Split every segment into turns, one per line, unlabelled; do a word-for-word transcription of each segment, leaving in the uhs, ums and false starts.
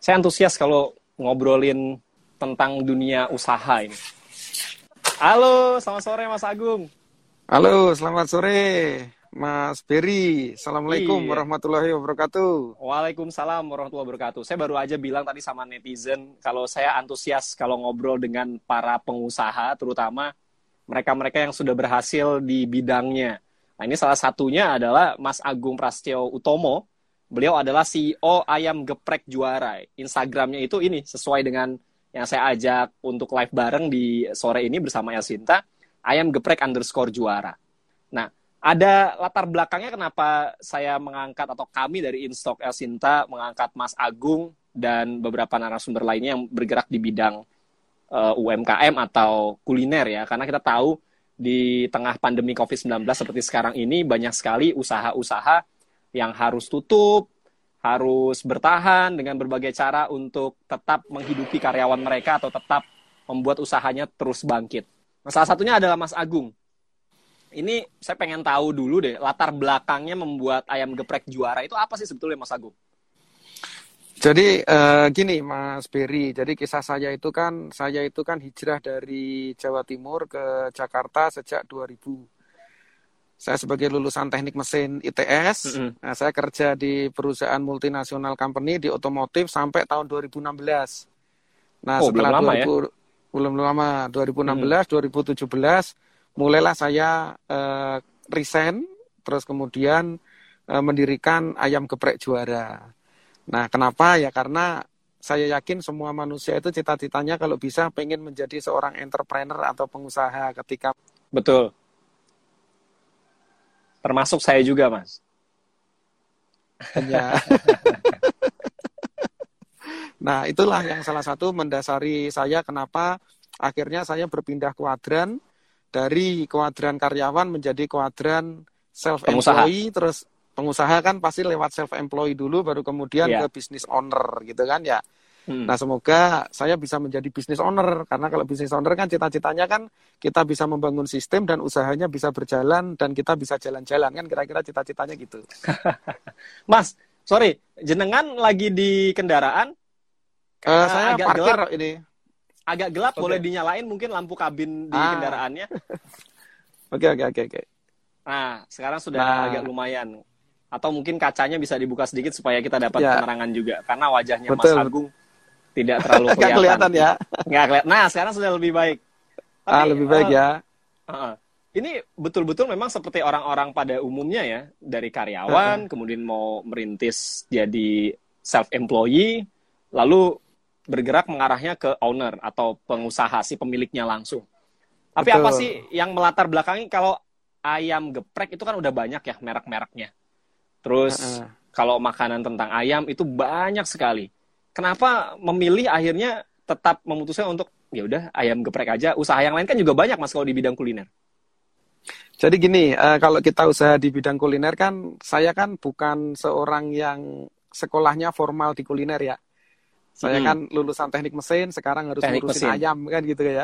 Saya antusias kalau ngobrolin tentang dunia usaha ini. Halo, selamat sore Mas Agung.
Halo, selamat sore Mas Beri. Assalamualaikum
Iya.
warahmatullahi wabarakatuh.
Waalaikumsalam warahmatullahi wabarakatuh. Saya baru aja bilang tadi sama netizen kalau saya antusias kalau ngobrol dengan para pengusaha, terutama mereka-mereka yang sudah berhasil di bidangnya. Nah, ini salah satunya adalah Mas Agung Prasetyo Utomo. Beliau adalah C E O Ayam Geprek Juara. Instagramnya itu ini sesuai dengan yang saya ajak untuk live bareng di sore ini bersama Elsinta, Ayam Geprek underscore Juara. Nah, ada latar belakangnya kenapa saya mengangkat atau kami dari Instok Elsinta mengangkat Mas Agung dan beberapa narasumber lainnya yang bergerak di bidang uh, U M K M atau kuliner ya. Karena kita tahu di tengah pandemi covid sembilan belas seperti sekarang ini banyak sekali usaha-usaha yang harus tutup, harus bertahan dengan berbagai cara untuk tetap menghidupi karyawan mereka atau tetap membuat usahanya terus bangkit. Nah, salah satunya adalah Mas Agung. Ini saya pengen tahu dulu deh, latar belakangnya membuat Ayam Geprek Juara itu apa sih sebetulnya Mas Agung?
Jadi uh, gini Mas Beri, jadi kisah saya itu kan, saya itu kan hijrah dari Jawa Timur ke Jakarta sejak dua ribu. Saya sebagai lulusan teknik mesin I T S, mm-hmm. nah, saya kerja di perusahaan multinasional company di otomotif sampai tahun dua ribu enam belas. Nah,
oh,
setelah
belum lama
dua ribu,
ya?
Belum lama, dua ribu enam belas, mm-hmm. dua ribu tujuh belas, mulailah saya uh, resign, terus kemudian uh, mendirikan Ayam Geprek Juara. Nah, kenapa? Ya karena saya yakin semua manusia itu cita-citanya kalau bisa pengen menjadi seorang entrepreneur atau pengusaha ketika...
Betul. Termasuk saya juga, Mas.
Ya. Nah, itulah yang salah satu mendasari saya kenapa akhirnya saya berpindah kuadran dari kuadran karyawan menjadi kuadran self-employee, terus pengusaha kan pasti lewat self-employee dulu, baru kemudian yeah. ke business owner, gitu kan ya. Hmm. Nah, semoga saya bisa menjadi business owner, karena kalau business owner kan cita-citanya kan kita bisa membangun sistem dan usahanya bisa berjalan dan kita bisa jalan-jalan, kan kira-kira cita-citanya gitu.
Mas, sorry, jenengan lagi di kendaraan?
Uh, saya
agak
parkir
gelap,
ini.
Agak gelap, okay. Boleh dinyalain mungkin lampu kabin di ah. kendaraannya?
Oke, oke, oke, oke.
Nah, sekarang sudah nah. agak lumayan. Atau mungkin kacanya bisa dibuka sedikit supaya kita dapat ya. penerangan juga. Karena wajahnya Betul. Mas Agung tidak terlalu kelihatan.
Nggak kelihatan ya?
Nggak kelihatan. Nah, sekarang sudah lebih baik.
Tapi, ah, lebih baik uh, ya.
Uh, uh, ini betul-betul memang seperti orang-orang pada umumnya ya. Dari karyawan, uh, uh. kemudian mau merintis jadi self-employee, lalu bergerak mengarahnya ke owner atau pengusaha, si pemiliknya langsung. Tapi Betul. apa sih yang melatar belakangi kalau ayam geprek itu kan udah banyak ya merek-mereknya. Terus uh-uh. kalau makanan tentang ayam itu banyak sekali. Kenapa memilih akhirnya tetap memutuskan untuk ya udah ayam geprek aja? Usaha yang lain kan juga banyak Mas kalau di bidang kuliner.
Jadi gini, uh, kalau kita usaha di bidang kuliner kan, saya kan bukan seorang yang sekolahnya formal di kuliner ya. Saya hmm. kan lulusan teknik mesin, sekarang harus teknik ngurusin mesin. ayam kan gitu ya.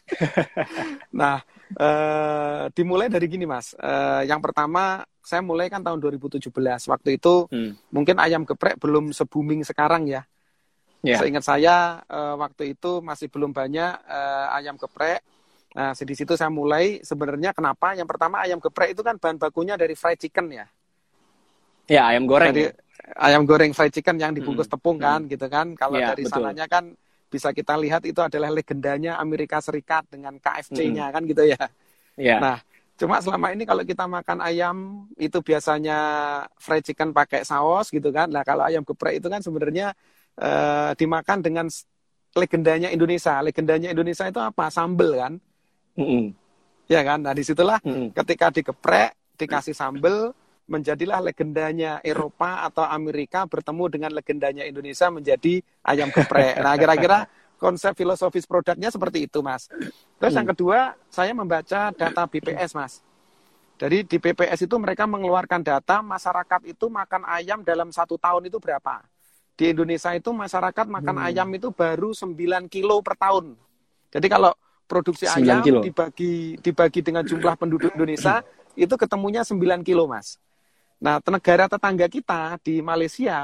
Nah, uh, dimulai dari gini Mas. Uh, yang pertama, saya mulai kan tahun dua ribu tujuh belas. Waktu itu hmm. mungkin ayam geprek belum se-booming sekarang ya. Yeah. Seingat saya uh, waktu itu masih belum banyak uh, ayam geprek. Nah, di situ saya mulai sebenarnya kenapa? Yang pertama ayam geprek itu kan bahan bakunya dari fried chicken ya.
Ya, ayam goreng.
Jadi, ayam goreng fried chicken yang dibungkus hmm. tepung kan, hmm. gitu kan. Kalau ya, dari betul. sananya kan bisa kita lihat itu adalah legendanya Amerika Serikat dengan K F C-nya hmm. kan gitu ya. ya. Nah, cuma selama ini kalau kita makan ayam itu biasanya fried chicken pakai saus gitu kan. Nah, kalau ayam geprek itu kan sebenarnya uh, dimakan dengan legendanya Indonesia. Legendanya Indonesia itu apa? Sambel kan. Hmm. Ya kan. Nah, disitulah hmm. ketika digeprek dikasih sambel, menjadilah legendanya Eropa atau Amerika bertemu dengan legendanya Indonesia menjadi ayam geprek. Nah, kira-kira konsep filosofis produknya seperti itu, Mas. Terus hmm. yang kedua, saya membaca data B P S, Mas. Jadi di B P S itu mereka mengeluarkan data masyarakat itu makan ayam dalam satu tahun itu berapa. Di Indonesia itu masyarakat makan hmm. ayam itu baru sembilan kilo per tahun. Jadi kalau produksi ayam kilo. dibagi dibagi dengan jumlah penduduk Indonesia, itu ketemunya sembilan kilo, Mas. Nah, negara tetangga kita di Malaysia,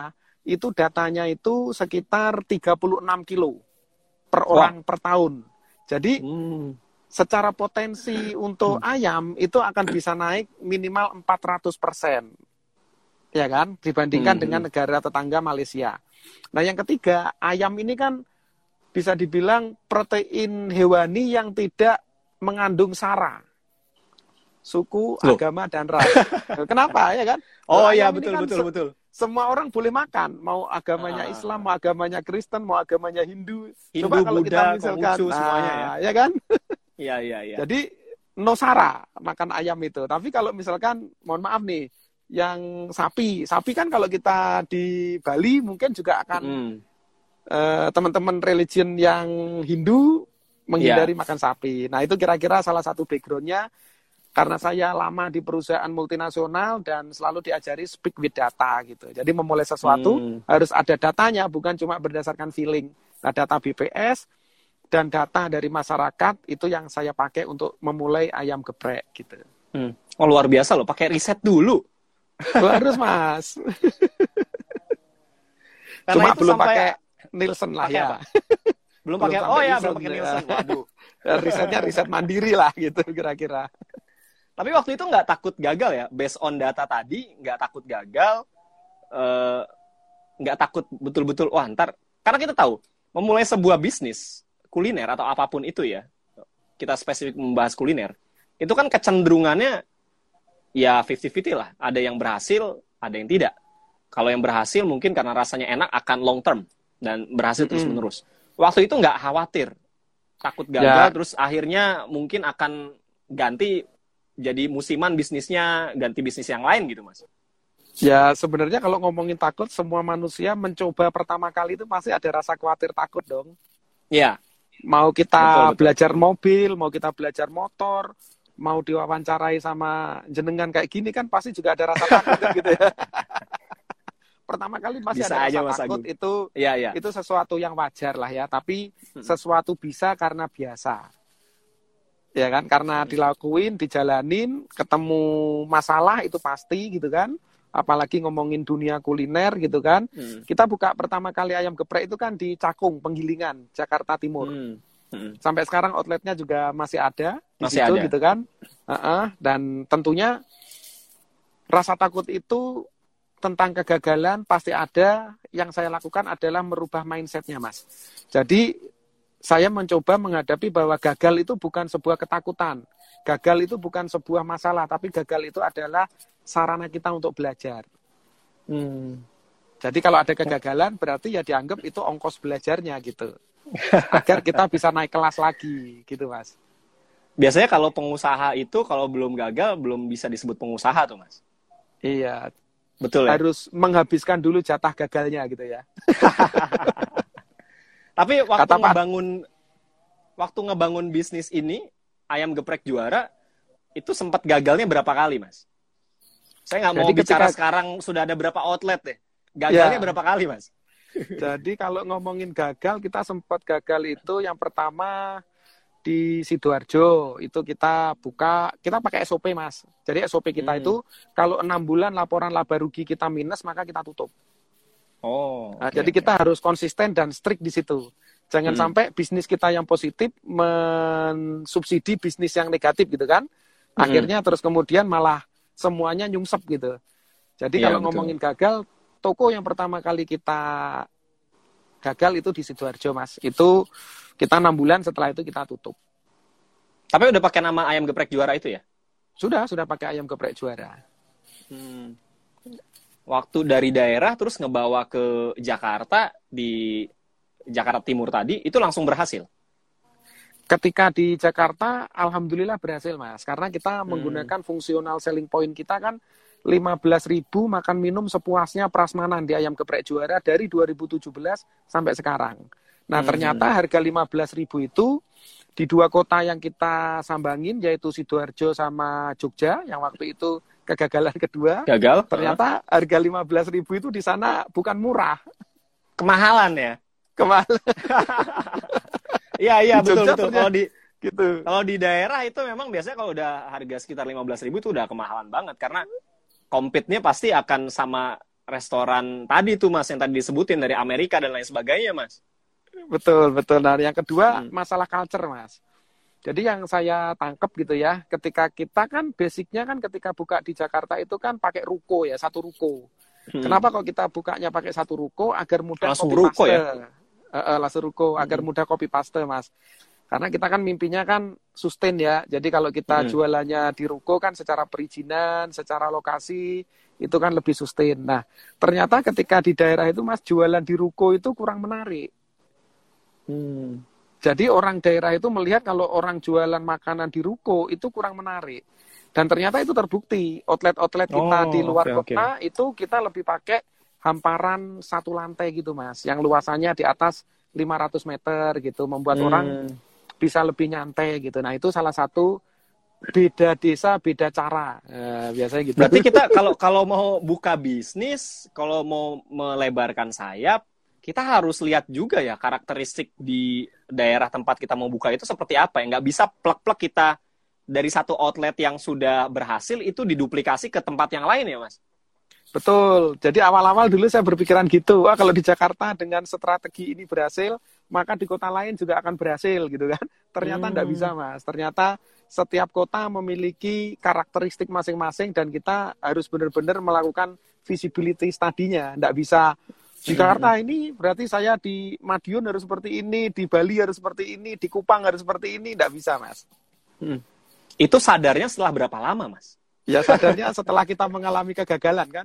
itu datanya itu sekitar tiga puluh enam kilo per orang Wah. per tahun. Jadi hmm. secara potensi untuk hmm. ayam itu akan bisa naik minimal empat ratus persen. Ya kan? Dibandingkan hmm. dengan negara tetangga Malaysia. Nah, yang ketiga, ayam ini kan bisa dibilang protein hewani yang tidak mengandung sara. Suku, Loh. agama, dan ras. Kenapa ya kan?
Oh iya, betul, kan betul, se- betul.
Semua orang boleh makan. Mau agamanya ah. Islam, mau agamanya Kristen, mau agamanya Hindu.
Hindu,
Coba kalau
Buddha,
kita misalkan,
Konghucu,
nah,
semuanya ya.
Ya kan?
Iya, iya, iya.
Jadi, no sara makan ayam itu. Tapi kalau misalkan, mohon maaf nih, yang sapi. Sapi kan kalau kita di Bali mungkin juga akan mm. uh, teman-teman religion yang Hindu menghindari yeah. makan sapi. Nah, itu kira-kira salah satu background-nya. Karena saya lama di perusahaan multinasional dan selalu diajari speak with data gitu. Jadi memulai sesuatu hmm. harus ada datanya, bukan cuma berdasarkan feeling. Nah, data B P S dan data dari masyarakat itu yang saya pakai untuk memulai ayam geprek gitu.
Hmm. Oh, luar biasa loh, pakai riset dulu.
Oh, harus, Mas. Cuma belum sampai... pakai Nielsen lah ya.
Belum pakai, oh ya, belum pakai Nielsen. Waduh.
Risetnya riset mandiri lah gitu kira-kira.
Tapi waktu itu nggak takut gagal ya, based on data tadi, nggak takut gagal, uh, nggak takut betul-betul, wah ntar, karena kita tahu, memulai sebuah bisnis, kuliner atau apapun itu ya, kita spesifik membahas kuliner, itu kan kecenderungannya, ya fifty fifty lah, ada yang berhasil, ada yang tidak. Kalau yang berhasil mungkin karena rasanya enak akan long term, dan berhasil mm-hmm. terus-menerus. Waktu itu nggak khawatir, takut gagal, ya. Terus akhirnya mungkin akan ganti, jadi musiman bisnisnya, ganti bisnis yang lain gitu, Mas?
Ya, sebenarnya kalau ngomongin takut, semua manusia mencoba pertama kali itu pasti ada rasa khawatir takut dong.
Iya.
Mau kita betul, betul. belajar mobil, mau kita belajar motor, mau diwawancarai sama jenengan kayak gini kan pasti juga ada rasa takut kan, gitu ya. Pertama kali masih bisa ada rasa aja, takut, itu, ya, ya. itu sesuatu yang wajar lah ya, tapi hmm. sesuatu bisa karena biasa. Ya kan, karena dilakuin, dijalanin, ketemu masalah itu pasti gitu kan. Apalagi ngomongin dunia kuliner gitu kan. Hmm. Kita buka pertama kali ayam geprek itu kan di Cakung, Penggilingan, Jakarta Timur. Hmm. Hmm. Sampai sekarang outletnya juga masih ada di masih situ ada. Gitu kan. Uh-uh. Dan tentunya rasa takut itu tentang kegagalan pasti ada. Yang saya lakukan adalah merubah mindsetnya, Mas. Jadi saya mencoba menghadapi bahwa gagal itu bukan sebuah ketakutan. Gagal itu bukan sebuah masalah, tapi gagal itu adalah sarana kita untuk belajar. Hmm. Jadi kalau ada kegagalan, berarti ya dianggap itu ongkos belajarnya gitu. Agar kita bisa naik kelas lagi, gitu Mas.
Biasanya kalau pengusaha itu, kalau belum gagal, belum bisa disebut pengusaha tuh Mas?
Iya.
Betul ya?
Harus menghabiskan dulu jatah gagalnya gitu ya.
Tapi waktu Kata ngebangun waktu ngebangun bisnis ini, ayam geprek juara, itu sempat gagalnya berapa kali, Mas? Saya nggak mau Jadi bicara ketika... sekarang sudah ada berapa outlet deh. Gagalnya ya. berapa kali, Mas?
Jadi kalau ngomongin gagal, kita sempat gagal itu yang pertama di Sidoarjo. Itu kita buka, kita pakai S O P, Mas. Jadi S O P kita hmm. itu, kalau enam bulan laporan laba rugi kita minus, maka kita tutup.
Oh,
nah, okay, jadi kita okay. harus konsisten dan strict di situ. Jangan hmm. sampai bisnis kita yang positif mensubsidi bisnis yang negatif gitu kan. Akhirnya hmm. terus kemudian malah semuanya nyungsep gitu. Jadi ya, kalau betul. ngomongin gagal, toko yang pertama kali kita gagal itu di Sidoarjo, Mas. Itu kita enam bulan, setelah itu kita tutup.
Tapi udah pakai nama ayam geprek juara itu ya?
Sudah, sudah pakai ayam geprek juara.
Hmm. Waktu dari daerah terus ngebawa ke Jakarta, di Jakarta Timur tadi, itu langsung berhasil?
Ketika di Jakarta, alhamdulillah berhasil, Mas. Karena kita hmm. menggunakan fungsional selling point kita kan lima belas ribu makan minum sepuasnya prasmanan di ayam geprek juara dari dua ribu tujuh belas sampai sekarang. Nah, hmm. ternyata harga lima belas ribu itu di dua kota yang kita sambangin, yaitu Sidoarjo sama Jogja, yang waktu itu kegagalan kedua.
Gagal.
Ternyata harga lima belas ribu itu di sana bukan murah.
Kemahalan ya?
Kemahalan.
Iya, iya, betul-betul. Kalau di gitu. Kalau di daerah itu memang biasanya kalau udah harga sekitar lima belas ribu itu udah kemahalan banget. Karena compete-nya pasti akan sama restoran tadi tuh Mas, yang tadi disebutin dari Amerika dan lain sebagainya Mas.
Betul, betul. Nah, yang kedua hmm. masalah culture Mas. Jadi yang saya tangkap gitu ya, ketika kita kan basicnya kan ketika buka di Jakarta itu kan pakai ruko ya, satu ruko. Hmm. Kenapa kok kita bukanya pakai satu ruko? Agar mudah
langsung
copy
ruko
paste.
Ya?
Uh, uh, langsung ruko, hmm. agar mudah copy paste Mas. Karena kita kan mimpinya kan sustain ya. Jadi kalau kita hmm. jualannya di ruko kan secara perizinan, secara lokasi, itu kan lebih sustain. Nah, ternyata ketika di daerah itu Mas, jualan di ruko itu kurang menarik. Hmm. Jadi orang daerah itu melihat kalau orang jualan makanan di ruko itu kurang menarik. Dan ternyata itu terbukti. Outlet-outlet kita oh, di luar okay, kota okay. itu kita lebih pakai hamparan satu lantai gitu Mas. Yang luasannya di atas lima ratus meter gitu. Membuat hmm. orang bisa lebih nyantai gitu. Nah itu salah satu beda desa, beda cara. Eh, biasanya gitu.
Berarti kita kalau kalau mau buka bisnis, kalau mau melebarkan sayap, kita harus lihat juga ya karakteristik di daerah tempat kita mau buka itu seperti apa ya. Nggak bisa plek-plek kita dari satu outlet yang sudah berhasil itu diduplikasi ke tempat yang lain ya Mas?
Betul. Jadi awal-awal dulu saya berpikiran gitu. Wah kalau di Jakarta dengan strategi ini berhasil, maka di kota lain juga akan berhasil gitu kan. Ternyata nggak hmm. bisa Mas. Ternyata setiap kota memiliki karakteristik masing-masing dan kita harus benar-benar melakukan visibility study-nya. Nggak bisa di Jakarta ini berarti saya di Madiun harus seperti ini, di Bali harus seperti ini, di Kupang harus seperti ini, nggak bisa Mas.
Hmm. Itu sadarnya setelah berapa lama Mas?
Ya sadarnya setelah kita mengalami kegagalan kan.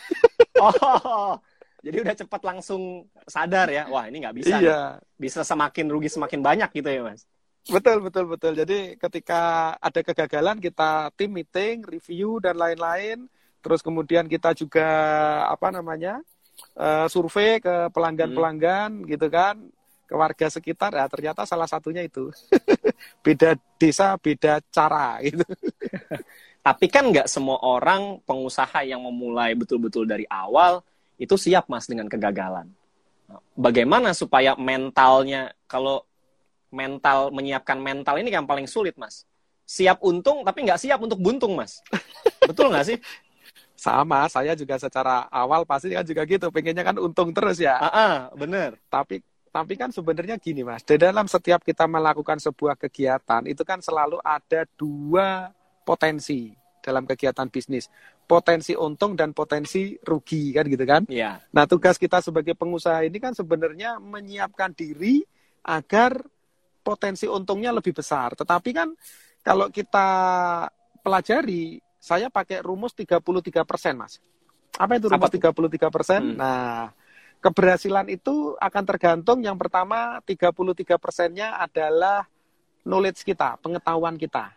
Oh, jadi udah cepat langsung sadar ya, wah ini nggak bisa.
Iya.
Bisa semakin rugi semakin banyak gitu ya Mas?
Betul, betul, betul. Jadi ketika ada kegagalan kita tim meeting, review dan lain-lain, terus kemudian kita juga apa namanya? Uh, survei ke pelanggan-pelanggan hmm. gitu kan, ke warga sekitar, ya ternyata salah satunya itu beda desa, beda cara gitu.
Tapi kan nggak semua orang pengusaha yang memulai betul-betul dari awal itu siap Mas dengan kegagalan. Bagaimana supaya mentalnya, kalau mental menyiapkan mental ini yang paling sulit Mas. Siap untung tapi nggak siap untuk buntung Mas. Betul nggak sih?
Sama, saya juga secara awal pasti kan juga gitu, pengennya kan untung terus ya.
Ah, bener.
Tapi tapi kan sebenarnya gini Mas, di dalam setiap kita melakukan sebuah kegiatan, itu kan selalu ada dua potensi dalam kegiatan bisnis. Potensi untung dan potensi rugi kan gitu kan.
Iya.
Nah tugas kita sebagai pengusaha ini kan sebenarnya menyiapkan diri agar potensi untungnya lebih besar. Tetapi kan kalau kita pelajari, saya pakai rumus tiga puluh tiga persen, Mas. Apa itu rumus tiga puluh tiga persen? Hmm. Nah, keberhasilan itu akan tergantung yang pertama tiga puluh tiga persennya adalah knowledge kita, pengetahuan kita.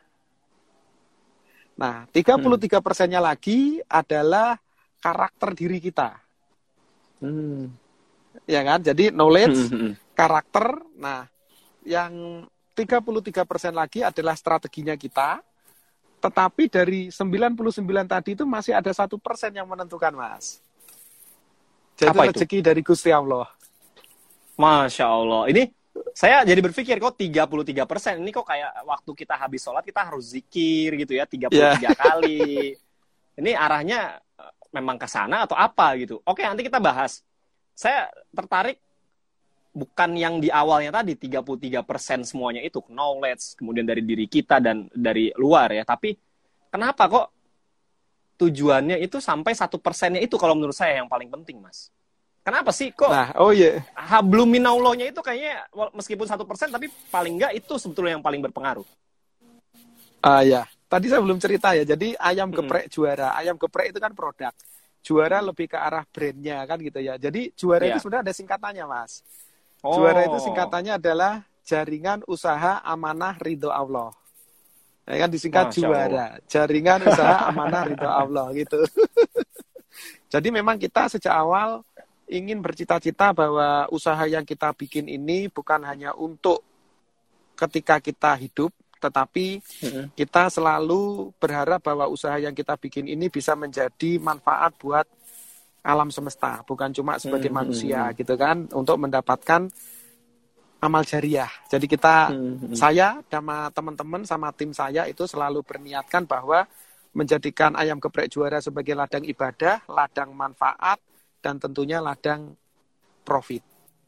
Nah, tiga puluh tiga persennya lagi adalah karakter diri kita. Hmm. Ya kan? Jadi knowledge, hmm. karakter. Nah, yang tiga puluh tiga persen lagi adalah strateginya kita. Tetapi dari sembilan puluh sembilan tadi itu masih ada satu persen yang menentukan, Mas. Jadi apa rezeki itu? Dari Gusti Allah.
Masya Allah. Ini saya jadi berpikir kok tiga puluh tiga persen. Ini kok kayak waktu kita habis sholat kita harus zikir gitu ya, tiga puluh tiga yeah. kali. Ini arahnya memang ke sana atau apa gitu. Oke, nanti kita bahas. Saya tertarik bukan yang di awalnya tadi tiga puluh tiga persen semuanya itu knowledge, kemudian dari diri kita dan dari luar ya. Tapi kenapa kok tujuannya itu sampai satu persennya itu kalau menurut saya yang paling penting, Mas. Kenapa sih kok?
Nah, oh iya. Yeah.
Hablum minaulahnya itu kayaknya meskipun satu persen tapi paling enggak itu sebetulnya yang paling berpengaruh.
Ah uh, ya, tadi saya belum cerita ya. Jadi ayam geprek hmm. juara. Ayam geprek itu kan produk. Juara lebih ke arah brandnya kan gitu ya. Jadi juara yeah. itu sebenarnya ada singkatannya, Mas. Oh. Juara itu singkatannya adalah jaringan usaha amanah ridho Allah. Ya kan disingkat Masya juara. Allah. Jaringan usaha amanah ridho Allah gitu. Jadi memang kita sejak awal ingin bercita-cita bahwa usaha yang kita bikin ini bukan hanya untuk ketika kita hidup, tetapi mm-hmm. kita selalu berharap bahwa usaha yang kita bikin ini bisa menjadi manfaat buat alam semesta, bukan cuma sebagai hmm, manusia hmm. gitu kan, untuk mendapatkan amal jariah. Jadi kita, hmm, hmm. saya sama teman-teman sama tim saya itu selalu berniatkan bahwa menjadikan ayam geprek juara sebagai ladang ibadah, ladang manfaat, dan tentunya ladang profit.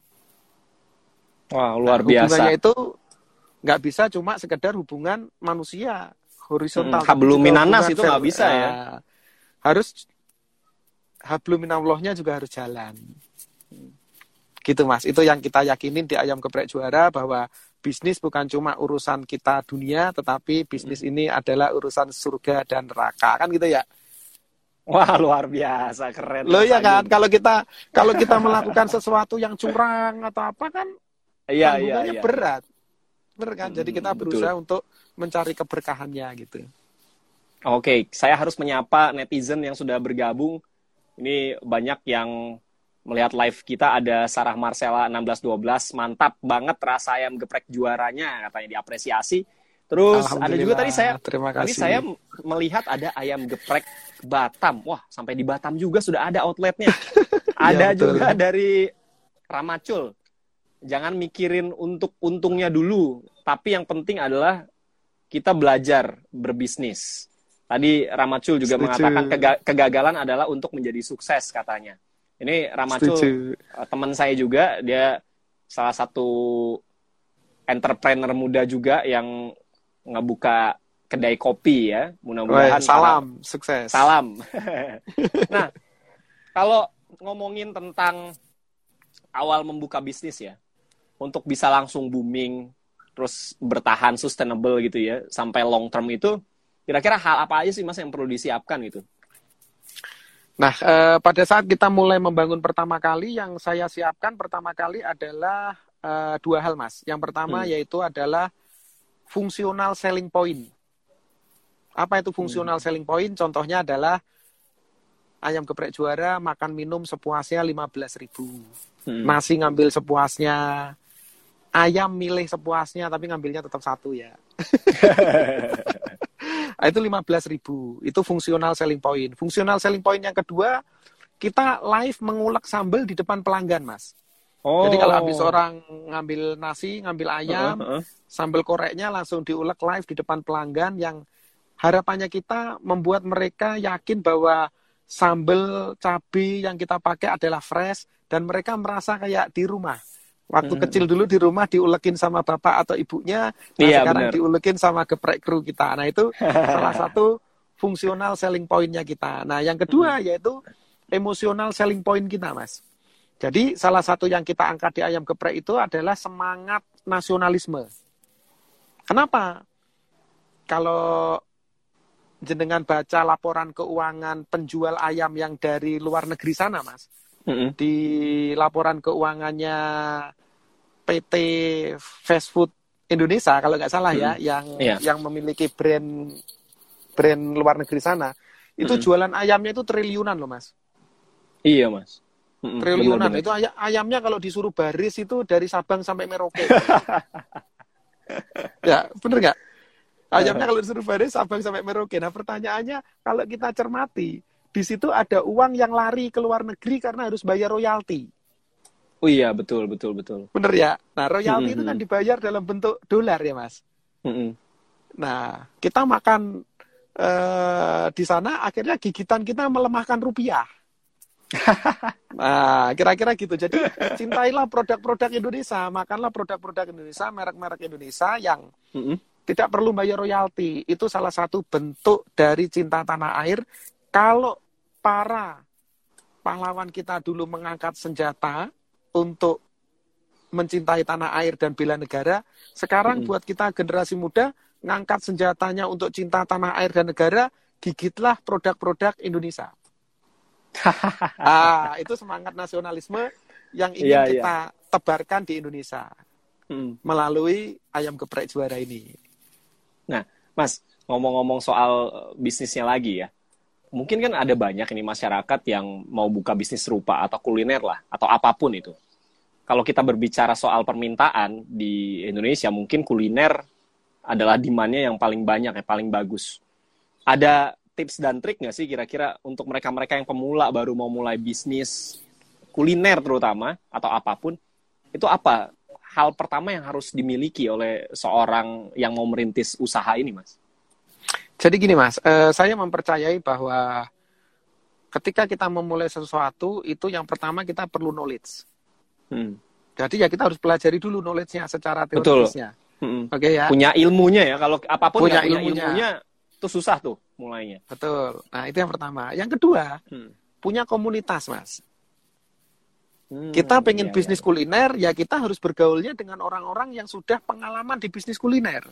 Wah, luar
nah,
biasa.
Hubungannya itu nggak bisa cuma sekedar hubungan manusia horizontal.
Hmm, hablum minanas itu nggak bisa ya.
Uh, harus hablum minallahnya juga harus jalan. Gitu Mas, itu yang kita yakinin di Ayam Geprek Juara, bahwa bisnis bukan cuma urusan kita dunia, tetapi bisnis ini adalah urusan surga dan neraka, kan gitu ya.
Wah, luar biasa, keren.
Loh ya kan, kalau kita kalau kita melakukan sesuatu yang curang atau apa kan,
iya,
tanggungannya
iya, iya.
berat. Bener kan?
Hmm,
Jadi kita berusaha
betul.
untuk mencari keberkahannya gitu.
Oke, saya harus menyapa netizen yang sudah bergabung. Ini banyak yang melihat live kita, ada Sarah Marcella enam belas dua belas, mantap banget rasa ayam geprek juaranya, katanya diapresiasi. Terus ada juga tadi saya tadi saya melihat ada ayam geprek Batam. Wah, sampai di Batam juga sudah ada outletnya. Ada ya, juga dari Ramacul. Jangan mikirin untuk untungnya dulu, tapi yang penting adalah kita belajar berbisnis. Tadi Ramacul juga Setuju. mengatakan kega- kegagalan adalah untuk menjadi sukses, katanya. Ini Ramacul, teman saya juga, dia salah satu entrepreneur muda juga yang ngebuka kedai kopi ya. Mudah-mudahan.
Woy, salam, para... sukses.
Salam. Nah, kalau ngomongin tentang awal membuka bisnis ya, untuk bisa langsung booming, terus bertahan sustainable gitu ya, sampai long term itu, kira-kira hal apa aja sih Mas yang perlu disiapkan gitu?
Nah, eh, pada saat kita mulai membangun pertama kali, yang saya siapkan pertama kali adalah eh, dua hal, Mas. Yang pertama hmm. yaitu adalah fungsional selling point. Apa itu fungsional hmm. selling point? Contohnya adalah ayam geprek juara makan minum sepuasnya lima belas ribu. Hmm. Nasi ngambil sepuasnya. Ayam milih sepuasnya, tapi ngambilnya tetap satu ya. Itu lima belas ribu. Itu fungsional selling point. Fungsional selling point yang kedua, kita live mengulek sambal di depan pelanggan, Mas. Oh. Jadi kalau habis orang ngambil nasi, ngambil ayam, uh, uh, uh. sambal koreknya langsung diulek live di depan pelanggan, yang harapannya kita membuat mereka yakin bahwa sambal cabai yang kita pakai adalah fresh, dan mereka merasa kayak di rumah. Waktu hmm. kecil dulu di rumah diulekin sama bapak atau ibunya, nah iya, sekarang bener. diulekin sama geprek kru kita. Nah itu salah satu fungsional selling point-nya kita. Nah yang kedua hmm. yaitu emosional selling point kita, Mas. Jadi salah satu yang kita angkat di ayam geprek itu adalah semangat nasionalisme. Kenapa? Kalau jenengan baca laporan keuangan penjual ayam yang dari luar negeri sana, Mas, mm-hmm. di laporan keuangannya P T Fast Food Indonesia kalau nggak salah mm-hmm. ya, yang yeah. yang memiliki brand brand luar negeri sana, itu mm-hmm. jualan ayamnya itu triliunan loh, Mas.
Iya, Mas.
Mm-hmm. Triliunan. Bener-bener. Itu ay- ayamnya kalau disuruh baris itu dari Sabang sampai Merauke. Ya, bener nggak? Ayamnya kalau disuruh baris Sabang sampai Merauke. Nah pertanyaannya, kalau kita cermati, di situ ada uang yang lari ke luar negeri karena harus bayar royalti.
Oh iya, betul, betul, betul.
Bener ya? Nah royalti mm-hmm. itu kan dibayar dalam bentuk dolar ya, Mas.
Mm-hmm.
Nah kita makan uh, di sana, akhirnya gigitan kita melemahkan rupiah. Nah kira-kira gitu. Jadi cintailah produk-produk Indonesia, makanlah produk-produk Indonesia, merek-merek Indonesia yang mm-hmm. tidak perlu bayar royalti. Itu salah satu bentuk dari cinta tanah air. Kalau para pahlawan kita dulu mengangkat senjata untuk mencintai tanah air dan bela negara, sekarang mm-hmm. buat kita generasi muda ngangkat senjatanya untuk cinta tanah air dan negara, gigitlah produk-produk Indonesia. Ah, itu semangat nasionalisme yang ingin yeah, kita yeah. tebarkan di Indonesia mm. melalui ayam geprek juara ini.
Nah, Mas, ngomong-ngomong soal bisnisnya lagi ya, mungkin kan ada banyak ini masyarakat yang mau buka bisnis serupa atau kuliner lah, atau apapun itu. Kalau kita berbicara soal permintaan di Indonesia, mungkin kuliner adalah demand-nya yang paling banyak, yang paling bagus. Ada tips dan trik nggak sih kira-kira untuk mereka-mereka yang pemula baru mau mulai bisnis kuliner terutama, atau apapun, itu apa hal pertama yang harus dimiliki oleh seorang yang mau merintis usaha ini, Mas?
Jadi gini, Mas, uh, saya mempercayai bahwa ketika kita memulai sesuatu, itu yang pertama kita perlu knowledge. Hmm. Jadi ya kita harus pelajari dulu knowledge-nya secara teoritisnya. Hmm. Oke okay, ya.
Punya ilmunya ya. Kalau apapun punya, punya ilmunya, ilmunya itu susah tuh mulainya.
Betul. Nah itu yang pertama. Yang kedua, hmm. punya komunitas, Mas. Hmm, kita pengen iya, bisnis iya. kuliner, ya kita harus bergaulnya dengan orang-orang yang sudah pengalaman di bisnis kuliner.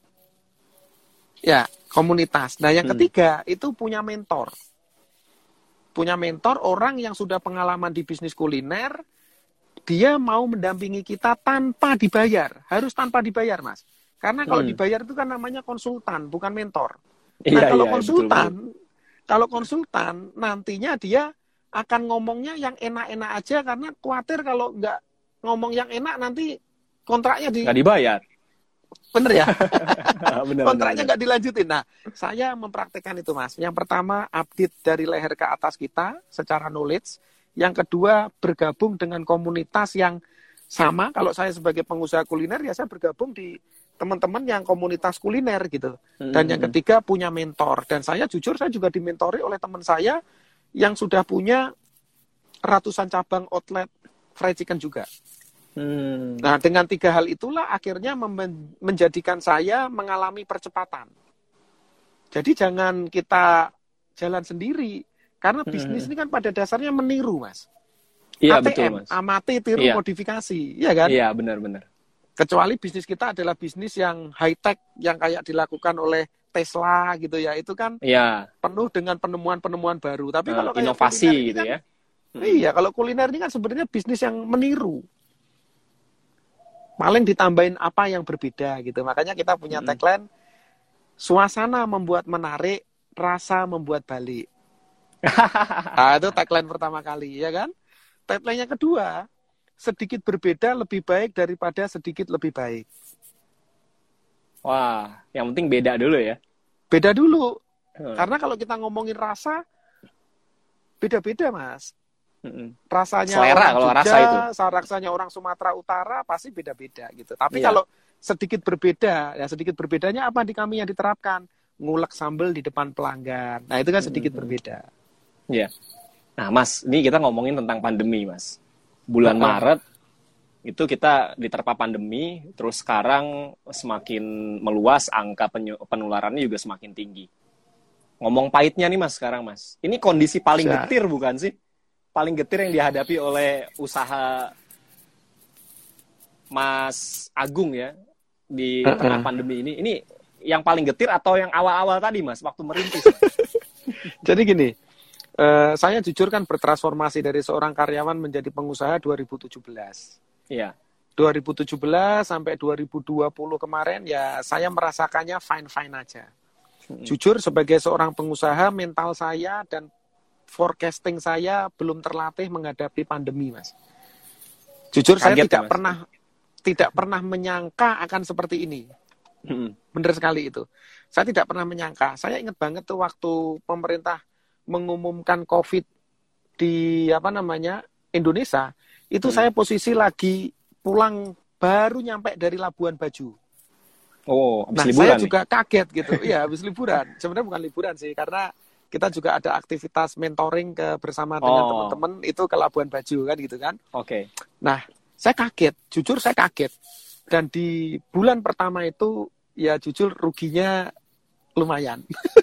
Ya, komunitas. Nah yang hmm. ketiga, itu punya mentor. Punya mentor orang yang sudah pengalaman di bisnis kuliner, dia mau mendampingi kita tanpa dibayar. Harus tanpa dibayar, Mas. Karena kalau hmm. dibayar itu kan namanya konsultan, bukan mentor. Nah, iya, kalau iya, konsultan, betul, betul. kalau konsultan, nantinya dia akan ngomongnya yang enak-enak aja, karena khawatir kalau nggak ngomong yang enak, nanti kontraknya di...
nggak dibayar.
Bener ya? bener, kontraknya nggak dilanjutin. Nah, saya mempraktekkan itu, Mas. Yang pertama, update dari leher ke atas kita, secara knowledge. Yang kedua, bergabung dengan komunitas yang sama. Kalau saya sebagai pengusaha kuliner, ya saya bergabung di teman-teman yang komunitas kuliner gitu. Dan hmm. yang ketiga, punya mentor. Dan saya jujur, saya juga dimentori oleh teman saya yang sudah punya ratusan cabang outlet fried chicken juga. Hmm. Nah, dengan tiga hal itulah akhirnya mem- menjadikan saya mengalami percepatan. Jadi jangan kita jalan sendiri. Karena bisnis hmm. ini kan pada dasarnya meniru, Mas.
Iya,
A T M,
betul, Mas.
amati, tiru, iya. modifikasi. Iya kan?
Iya, benar-benar.
Kecuali bisnis kita adalah bisnis yang high-tech, yang kayak dilakukan oleh Tesla gitu ya. Itu kan iya. penuh dengan penemuan-penemuan baru. Tapi uh, kalau kayak
inovasi gitu
kan,
ya.
Hmm. Iya, kalau kuliner ini kan sebenarnya bisnis yang meniru. Paling ditambahin apa yang berbeda gitu. Makanya kita punya hmm. tagline, suasana membuat menarik, rasa membuat balik. Nah, itu tagline pertama kali, ya kan? Tagline yang kedua, sedikit berbeda lebih baik daripada sedikit lebih baik.
Wah, yang penting beda dulu ya.
Beda dulu. Hmm. Karena kalau kita ngomongin rasa, beda-beda, Mas. Hmm. Rasanya
selera
orang
kalau
Jogja,
rasa itu.
rasanya orang Sumatera Utara pasti beda-beda gitu. Tapi iya. kalau sedikit berbeda, ya sedikit berbedanya apa di kami yang diterapkan? Ngulek sambal di depan pelanggan. Nah, itu kan sedikit hmm. berbeda.
Iya. Nah, Mas, ini kita ngomongin tentang pandemi, Mas. Bulan uh-huh. Maret itu kita diterpa pandemi, terus sekarang semakin meluas, angka penularannya juga semakin tinggi. Ngomong pahitnya nih, Mas, sekarang, Mas. Ini kondisi paling Bisa. getir bukan sih? Paling getir yang dihadapi oleh usaha Mas Agung ya di uh-uh. tengah pandemi ini. Ini yang paling getir atau yang awal-awal tadi, Mas, waktu merintis?
Jadi gini, Uh, saya jujur kan bertransformasi dari seorang karyawan menjadi pengusaha dua ribu tujuh belas.
Iya.
dua ribu tujuh belas sampai dua ribu dua puluh kemarin ya saya merasakannya fine-fine aja. Hmm. Jujur sebagai seorang pengusaha, mental saya dan forecasting saya belum terlatih menghadapi pandemi, Mas. Jujur Kaget saya tidak ya, pernah tidak pernah menyangka akan seperti ini. Hmm. Benar sekali itu. Saya tidak pernah menyangka. Saya ingat banget tuh waktu pemerintah mengumumkan COVID di apa namanya Indonesia, itu hmm. saya posisi lagi pulang baru nyampe dari Labuan Bajo.
Oh, habis
nah,
liburan.
Saya juga kaget gitu. Iya, habis liburan. Sebenarnya bukan liburan sih, karena kita juga ada aktivitas mentoring ke bersama dengan oh. teman-teman itu ke Labuan Bajo kan gitu kan.
Oke. Okay.
Nah, saya kaget, jujur saya kaget. Dan di bulan pertama itu ya jujur ruginya lumayan.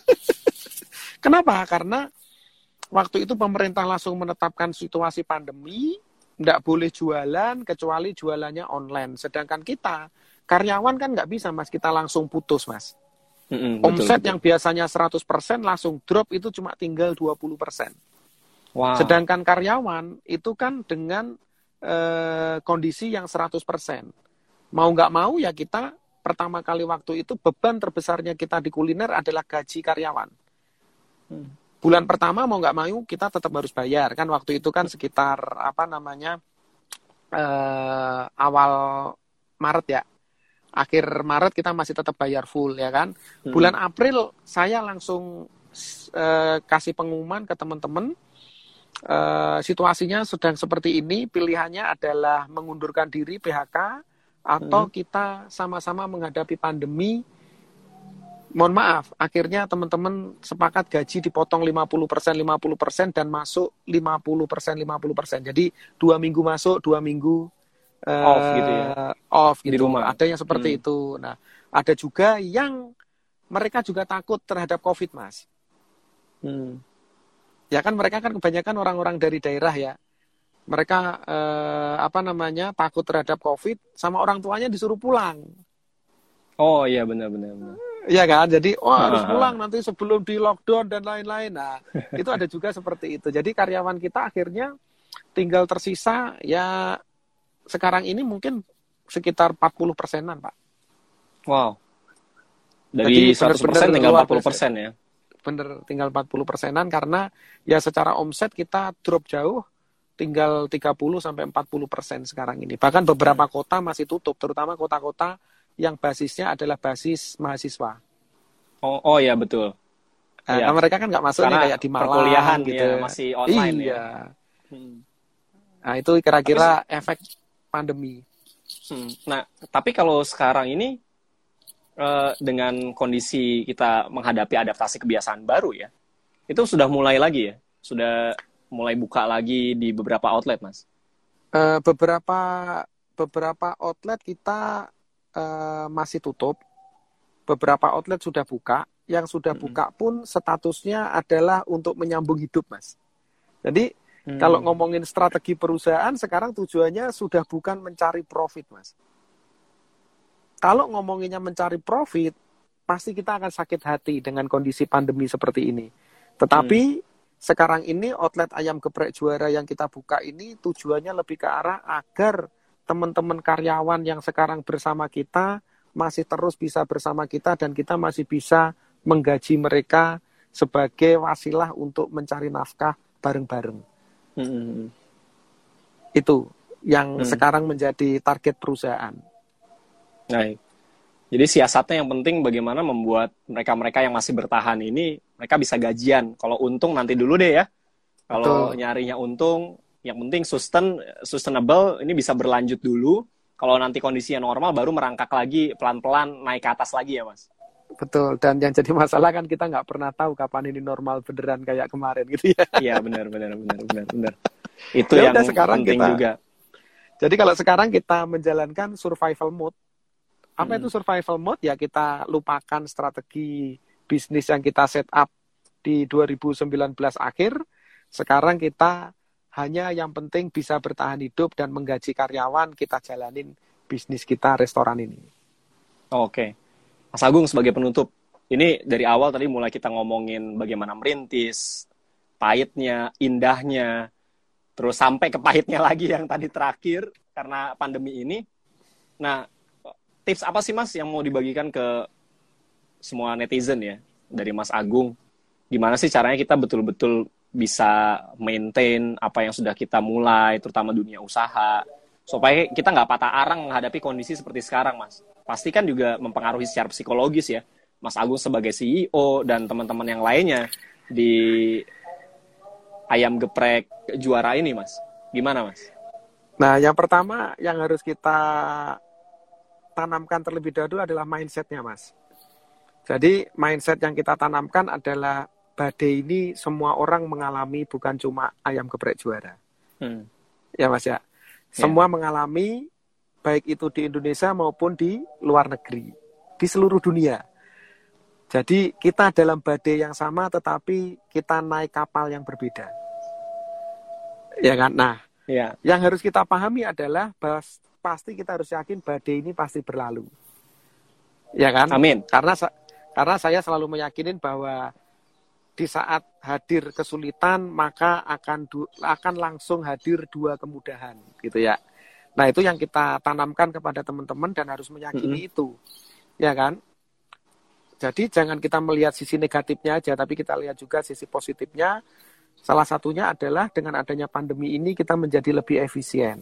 Kenapa? Karena waktu itu pemerintah langsung menetapkan situasi pandemi, tidak boleh jualan, kecuali jualannya online. Sedangkan kita, karyawan kan nggak bisa, Mas, kita langsung putus, Mas. Mm-hmm, Omset betul, yang betul. biasanya seratus persen langsung drop, itu cuma tinggal dua puluh persen. Wow. Sedangkan karyawan, itu kan dengan eh, kondisi yang seratus persen. Mau nggak mau, ya kita pertama kali waktu itu, beban terbesarnya kita di kuliner adalah gaji karyawan. Hmm. Bulan pertama mau nggak mau kita tetap harus bayar kan, waktu itu kan sekitar apa namanya eh, awal Maret ya, akhir Maret kita masih tetap bayar full ya kan. Hmm. Bulan April saya langsung eh, kasih pengumuman ke teman-teman, eh, situasinya sedang seperti ini, pilihannya adalah mengundurkan diri P H K atau hmm. kita sama-sama menghadapi pandemi mohon maaf, akhirnya teman-teman sepakat gaji dipotong lima puluh persen, lima puluh persen dan masuk lima puluh persen, lima puluh persen. Jadi dua minggu masuk, dua minggu uh,
off gitu ya.
Off gitu.
Di rumah.
Ada yang seperti hmm. itu. Nah, ada juga yang mereka juga takut terhadap COVID, Mas.
Hmm.
Ya kan mereka kan kebanyakan orang-orang dari daerah ya. Mereka uh, apa namanya takut terhadap COVID, sama orang tuanya disuruh pulang.
Oh iya benar-benar.
Iya kan, jadi oh harus pulang nanti sebelum di lockdown dan lain-lain. Nah, itu ada juga seperti itu. Jadi karyawan kita akhirnya tinggal tersisa ya sekarang ini mungkin sekitar empat puluh persenan, Pak.
Wow. Dari seratus persen tinggal empat puluh persen ya.
Bener, tinggal empat puluh persenan karena ya secara omset kita drop jauh, tinggal tiga puluh sampai empat puluh persen sekarang ini. Bahkan beberapa kota masih tutup, terutama kota-kota yang basisnya adalah basis mahasiswa.
Oh, oh ya betul.
Nah, ya. Mereka kan nggak masuk nih kayak di Malang
perkuliahan
gitu.
Ya, masih online
iya.
ya. Hmm.
Nah itu kira-kira tapi, efek pandemi.
Hmm. Nah tapi kalau sekarang ini eh, dengan kondisi kita menghadapi adaptasi kebiasaan baru ya, itu sudah mulai lagi ya, sudah mulai buka lagi di beberapa outlet, Mas.
Uh, beberapa beberapa outlet kita Uh, masih tutup, beberapa outlet sudah buka, yang sudah mm-hmm. buka pun statusnya adalah untuk menyambung hidup, Mas. Jadi mm. kalau ngomongin strategi perusahaan sekarang tujuannya sudah bukan mencari profit, Mas. Kalau ngomonginnya mencari profit, pasti kita akan sakit hati dengan kondisi pandemi seperti ini. Tetapi mm. sekarang ini outlet ayam geprek juara yang kita buka ini tujuannya lebih ke arah agar teman-teman karyawan yang sekarang bersama kita masih terus bisa bersama kita dan kita masih bisa menggaji mereka sebagai wasilah untuk mencari nafkah bareng-bareng.
Mm-hmm.
Itu yang mm. sekarang menjadi target perusahaan.
Baik. Jadi siasatnya yang penting bagaimana membuat mereka-mereka yang masih bertahan ini mereka bisa gajian. Kalau untung nanti dulu deh ya. Kalau nyarinya untung, yang penting sustain, sustainable ini bisa berlanjut dulu. Kalau nanti kondisinya normal baru merangkak lagi pelan-pelan naik ke atas lagi ya, Mas.
Betul. Dan yang jadi masalah kan kita nggak pernah tahu kapan ini normal beneran kayak kemarin gitu ya.
Iya benar benar benar benar benar. Itu
ya
yang
sekarang
penting
kita,
juga.
Jadi kalau sekarang kita menjalankan survival mode. Apa hmm. itu survival mode? Ya kita lupakan strategi bisnis yang kita set up di dua ribu sembilan belas akhir. Sekarang kita hanya yang penting bisa bertahan hidup dan menggaji karyawan, kita jalanin bisnis kita restoran ini.
Oke. Mas Agung sebagai penutup, ini dari awal tadi mulai kita ngomongin bagaimana merintis, pahitnya, indahnya, terus sampai ke pahitnya lagi yang tadi terakhir karena pandemi ini. Nah, tips apa sih Mas yang mau dibagikan ke semua netizen ya, dari Mas Agung? Gimana sih caranya kita betul-betul bisa maintain apa yang sudah kita mulai, terutama dunia usaha, supaya kita nggak patah arang menghadapi kondisi seperti sekarang, Mas. Pasti kan juga mempengaruhi secara psikologis ya, Mas Agung sebagai C E O dan teman-teman yang lainnya di ayam geprek juara ini, Mas. Gimana, Mas?
Nah, yang pertama yang harus kita tanamkan terlebih dahulu adalah mindset-nya, Mas. Jadi, mindset yang kita tanamkan adalah badai ini semua orang mengalami, bukan cuma ayam geprek juara. Hmm. Ya Mas ya. Semua yeah. mengalami, baik itu di Indonesia maupun di luar negeri. Di seluruh dunia. Jadi kita dalam badai yang sama tetapi kita naik kapal yang berbeda. Ya kan? Nah, yeah. yang harus kita pahami adalah bahwa pasti kita harus yakin badai ini pasti berlalu. Ya kan?
Amin.
Karena, karena saya selalu meyakinin bahwa di saat hadir kesulitan maka akan du, akan langsung hadir dua kemudahan gitu ya. Nah itu yang kita tanamkan kepada teman-teman dan harus meyakini mm-hmm. itu, ya kan. Jadi jangan kita melihat sisi negatifnya aja, tapi kita lihat juga sisi positifnya. Salah satunya adalah dengan adanya pandemi ini kita menjadi lebih efisien.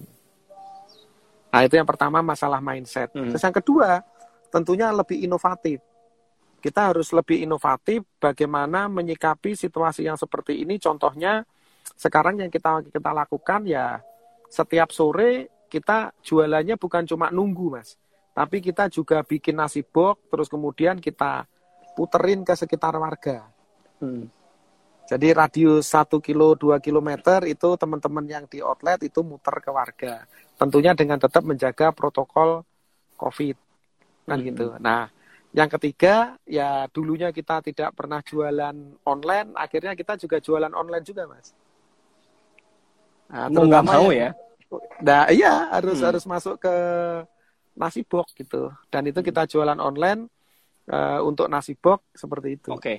Nah itu yang pertama masalah mindset. Mm-hmm. Terus yang kedua tentunya lebih inovatif. Kita harus lebih inovatif bagaimana menyikapi situasi yang seperti ini. Contohnya sekarang yang kita kita lakukan ya setiap sore kita jualannya bukan cuma nunggu Mas, tapi kita juga bikin nasi box, terus kemudian kita puterin ke sekitar warga. Hmm. Jadi radius satu kilo, dua kilometer itu teman-teman yang di outlet itu muter ke warga. Tentunya dengan tetap menjaga protokol COVID. Kan hmm. gitu. Nah, yang ketiga, ya dulunya kita tidak pernah jualan online, akhirnya kita juga jualan online juga, Mas.
Nah, mau nggak mau ya?
Nah, iya harus hmm. harus masuk ke nasi box gitu. Dan itu kita jualan online uh, untuk nasi box seperti itu.
Oke. Okay.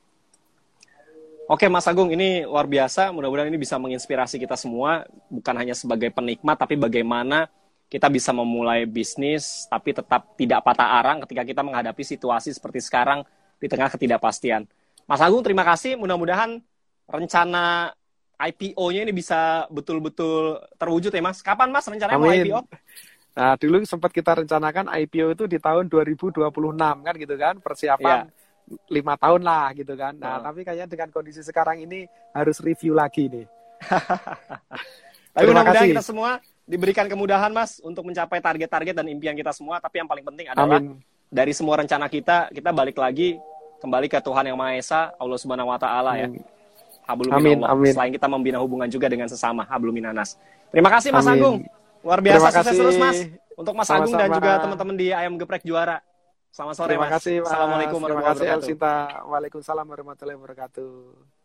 Oke Mas Agung, ini luar biasa. Mudah-mudahan ini bisa menginspirasi kita semua, bukan hanya sebagai penikmat, tapi bagaimana kita bisa memulai bisnis, tapi tetap tidak patah arang ketika kita menghadapi situasi seperti sekarang di tengah ketidakpastian. Mas Agung, terima kasih. Mudah-mudahan rencana I P O-nya ini bisa betul-betul terwujud ya Mas. Kapan Mas rencananya mau I P O?
Nah, dulu sempat kita rencanakan I P O itu di tahun dua ribu dua puluh enam kan gitu kan, persiapan. Yeah. lima tahun lah gitu kan. Nah, oh. tapi kayaknya dengan kondisi sekarang ini harus review lagi nih.
Tapi mudah-mudahan kita semua diberikan kemudahan Mas untuk mencapai target-target dan impian kita semua. Tapi yang paling penting adalah Amin. Dari semua rencana kita, kita balik lagi kembali ke Tuhan Yang Maha Esa, Allah Subhanahu Wa Taala ya. Hablum minallah. Selain kita membina hubungan juga dengan sesama, hablum minanas. Terima kasih Mas Amin. Agung. Luar biasa, sukses terus Mas. Untuk Mas Sama-sama. Agung dan juga teman-teman di Ayam Geprek Juara. Selamat sore,
Terima
Mas.
kasih, Mas.
Assalamualaikum warahmatullahi wabarakatuh.
Terima kasih, Elsinta. Waalaikumsalam warahmatullahi wabarakatuh.